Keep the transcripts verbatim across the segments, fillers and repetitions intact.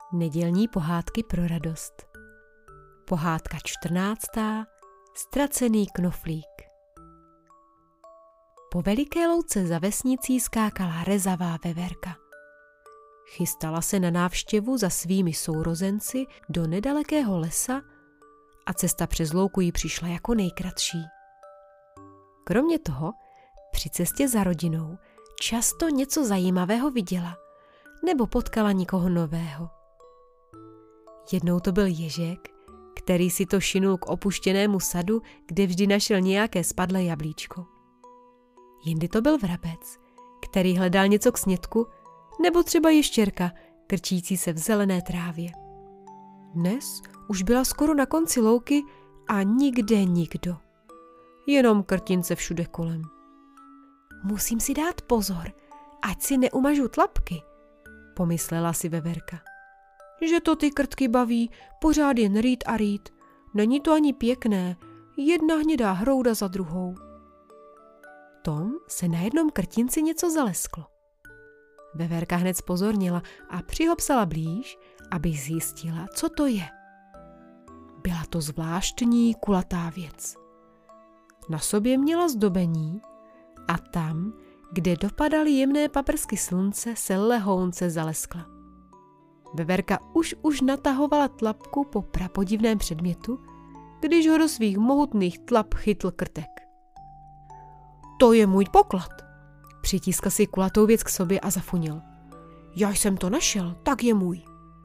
Nedělní pohádky pro radost. Pohádka čtrnáctá. Ztracený knoflík. Po veliké louce za vesnicí skákala rezavá veverka. Chystala se na návštěvu za svými sourozenci do nedalekého lesa a cesta přes louku jí přišla jako nejkratší. Kromě toho, při cestě za rodinou často něco zajímavého viděla nebo potkala nikoho nového. Jednou to byl ježek, který si to šinul k opuštěnému sadu, kde vždy našel nějaké spadlé jablíčko. Jindy to byl vrabec, který hledal něco k snědku, nebo třeba ještěrka, krčící se v zelené trávě. Dnes už byla skoro na konci louky a nikde nikdo. Jenom krtince všude kolem. Musím si dát pozor, ať si neumažu tlapky, pomyslela si veverka. Že to ty krtky baví, pořád jen rýt a rýt. Není to ani pěkné, jedna hnědá hrouda za druhou. Tom se na jednom krtinci něco zalesklo. Veverka hned zpozornila a přihopsala blíž, aby zjistila, co to je. Byla to zvláštní kulatá věc. Na sobě měla zdobení a tam, kde dopadaly jemné paprsky slunce, se lehounce zaleskla. Veverka už už natahovala tlapku po prapodivném předmětu, když ho do svých mohutných tlap chytl krtek. To je můj poklad, přitiskl si kulatou věc k sobě a zafunil. Já jsem to našel, tak je můj.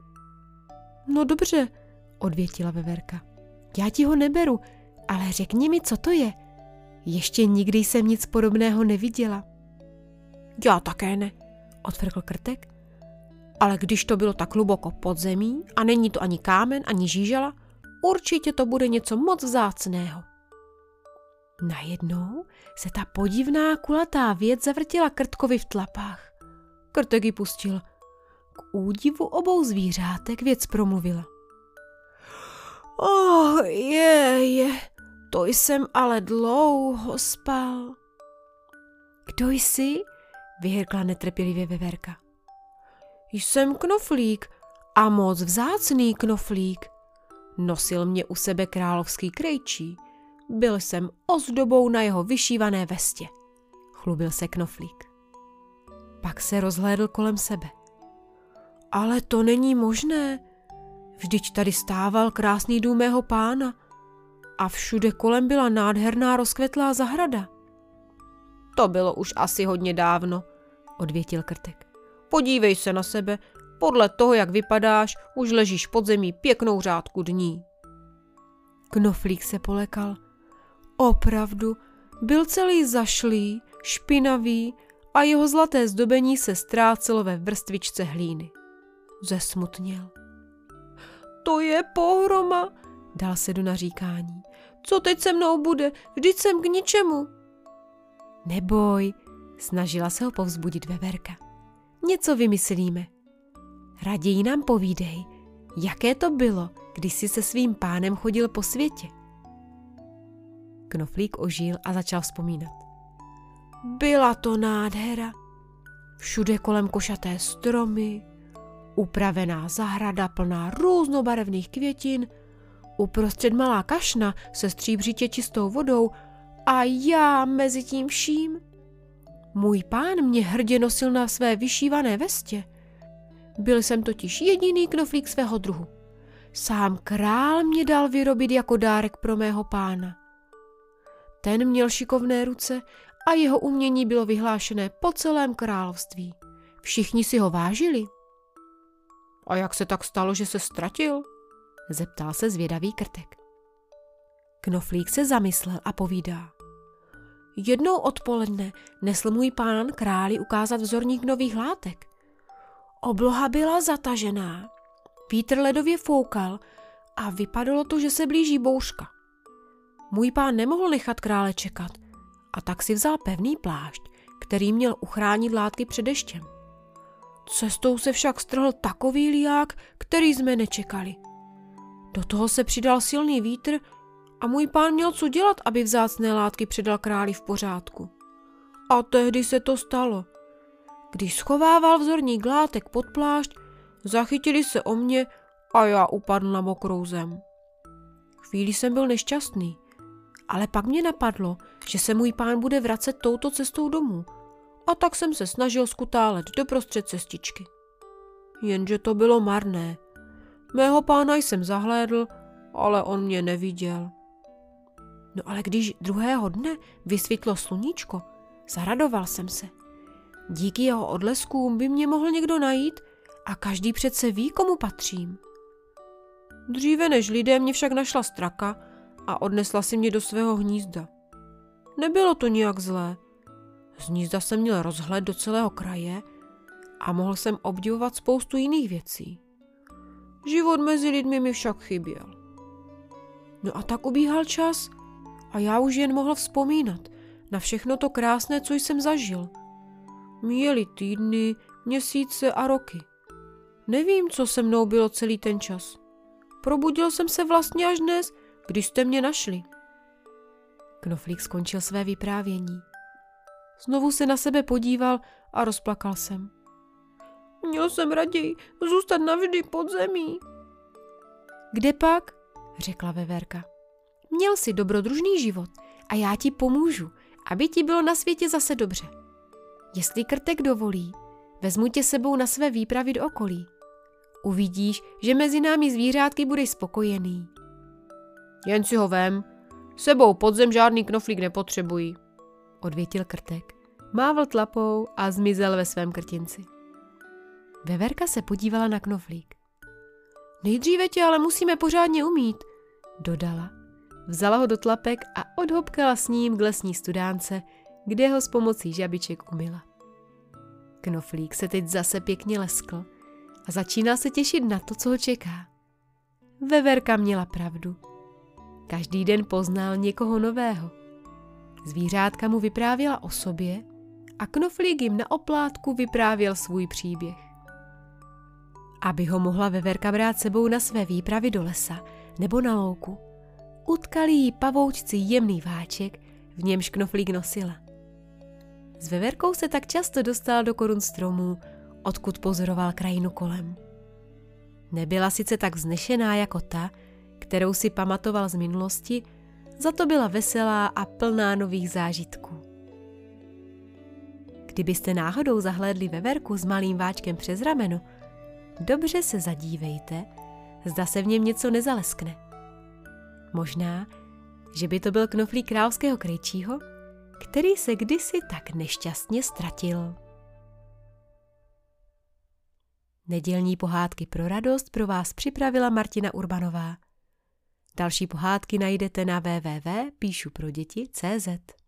No dobře, odvětila veverka. Já ti ho neberu, ale řekni mi, co to je. Ještě nikdy jsem nic podobného neviděla. Já také ne, odfrkl krtek. Ale když to bylo tak hluboko pod zemí a není to ani kámen, ani žížala, určitě to bude něco moc vzácného. Najednou se ta podivná kulatá věc zavrtila krtkovi v tlapách. Krtek ji pustil. K údivu obou zvířátek věc promluvila. Oh, je, je, to jsem ale dlouho spal. Kdo jsi? Vyhrkla netrpělivě veverka. Jsem knoflík a moc vzácný knoflík. Nosil mě u sebe královský krejčí. Byl jsem ozdobou na jeho vyšívané vestě. Chlubil se knoflík. Pak se rozhlédl kolem sebe. Ale to není možné. Vždyť tady stával krásný dům mého pána a všude kolem byla nádherná rozkvetlá zahrada. To bylo už asi hodně dávno, odvětil krtek. Podívej se na sebe, podle toho, jak vypadáš, už ležíš pod zemí pěknou řádku dní. Knoflík se polekal. Opravdu, byl celý zašlý, špinavý a jeho zlaté zdobení se ztrácelo ve vrstvičce hlíny. Zesmutněl. To je pohroma, dal se do naříkání. Co teď se mnou bude? Vždyť jsem k ničemu. Neboj, snažila se ho povzbudit veverka. Něco vymyslíme. Raději nám povídej, jaké to bylo, když jsi se svým pánem chodil po světě. Knoflík ožil a začal vzpomínat. Byla to nádhera. Všude kolem košaté stromy, upravená zahrada plná různobarevných květin, uprostřed malá kašna se stříbřitě čistou vodou a já mezi tím vším. Můj pán mě hrdě nosil na své vyšívané vestě. Byl jsem totiž jediný knoflík svého druhu. Sám král mě dal vyrobit jako dárek pro mého pána. Ten měl šikovné ruce a jeho umění bylo vyhlášené po celém království. Všichni si ho vážili. A jak se tak stalo, že se ztratil? Zeptal se zvědavý krtek. Knoflík se zamyslel a povídá. Jednou odpoledne nesl můj pán králi ukázat vzorník nových látek. Obloha byla zatažená, vítr ledově foukal a vypadalo to, že se blíží bouřka. Můj pán nemohl nechat krále čekat a tak si vzal pevný plášť, který měl uchránit látky před deštěm. Cestou se však strhl takový liák, který jsme nečekali. Do toho se přidal silný vítr a můj pán měl co dělat, aby vzácné látky předal králi v pořádku. A tehdy se to stalo. Když schovával vzorník látek pod plášť, Zachytili se o mě a já upadl na mokrou zem. Chvíli jsem byl nešťastný, ale pak mě napadlo, že se můj pán bude vracet touto cestou domů, a tak jsem se snažil skutálet doprostřed cestičky. Jenže to bylo marné. Mého pána jsem zahlédl, ale on mě neviděl. No ale když druhého dne vysvětlo sluníčko, zaradoval jsem se. Díky jeho odleskům by mě mohl někdo najít a každý přece ví, komu patřím. Dříve než lidé mě však našla straka a odnesla si mě do svého hnízda. Nebylo to nijak zlé. Z hnízda jsem měl rozhled do celého kraje a mohl jsem obdivovat spoustu jiných věcí. Život mezi lidmi mi však chyběl. No a tak ubíhal čas a já už jen mohl vzpomínat na všechno to krásné, co jsem zažil. Míjeli týdny, měsíce a roky. Nevím, co se mnou bylo celý ten čas. Probudil jsem se vlastně až dnes, když jste mě našli. Knoflík skončil své vyprávění. Znovu se na sebe podíval a rozplakal jsem. Měl jsem raději zůstat navždy pod zemí. Kde pak? Řekla veverka. Měl jsi dobrodružný život a já ti pomůžu, aby ti bylo na světě zase dobře. Jestli Krtek dovolí, vezmu tě sebou na své výpravy do okolí. Uvidíš, že mezi námi zvířátky budeš spokojený. Jen si ho vem, sebou pod zem žádný knoflík nepotřebují, odvětil Krtek. Mávl tlapou a zmizel ve svém krtinci. Veverka se podívala na knoflík. Nejdříve tě ale musíme pořádně umít, dodala. Vzala ho do tlapek a odhopkala s ním k lesní studánce, kde ho s pomocí žabiček umyla. Knoflík se teď zase pěkně leskl a začínal se těšit na to, co ho čeká. Veverka měla pravdu. Každý den poznal někoho nového. Zvířátka mu vyprávěla o sobě a Knoflík jim na oplátku vyprávěl svůj příběh. Aby ho mohla veverka brát sebou na své výpravy do lesa nebo na louku, utkali jí pavoučci jemný váček, v němž Knoflík nosila. S veverkou se tak často dostal do korun stromů, odkud pozoroval krajinu kolem. Nebyla sice tak vznešená jako ta, kterou si pamatoval z minulosti, za to byla veselá a plná nových zážitků. Kdybyste náhodou zahlédli veverku s malým váčkem přes rameno, dobře se zadívejte, zda se v něm něco nezaleskne. Možná, že by to byl knoflík královského krejčího, který se kdysi tak nešťastně ztratil. Nedělní pohádky pro radost pro vás připravila Martina Urbanová. Další pohádky najdete na w w w tečka píšu pro děti tečka cé zet.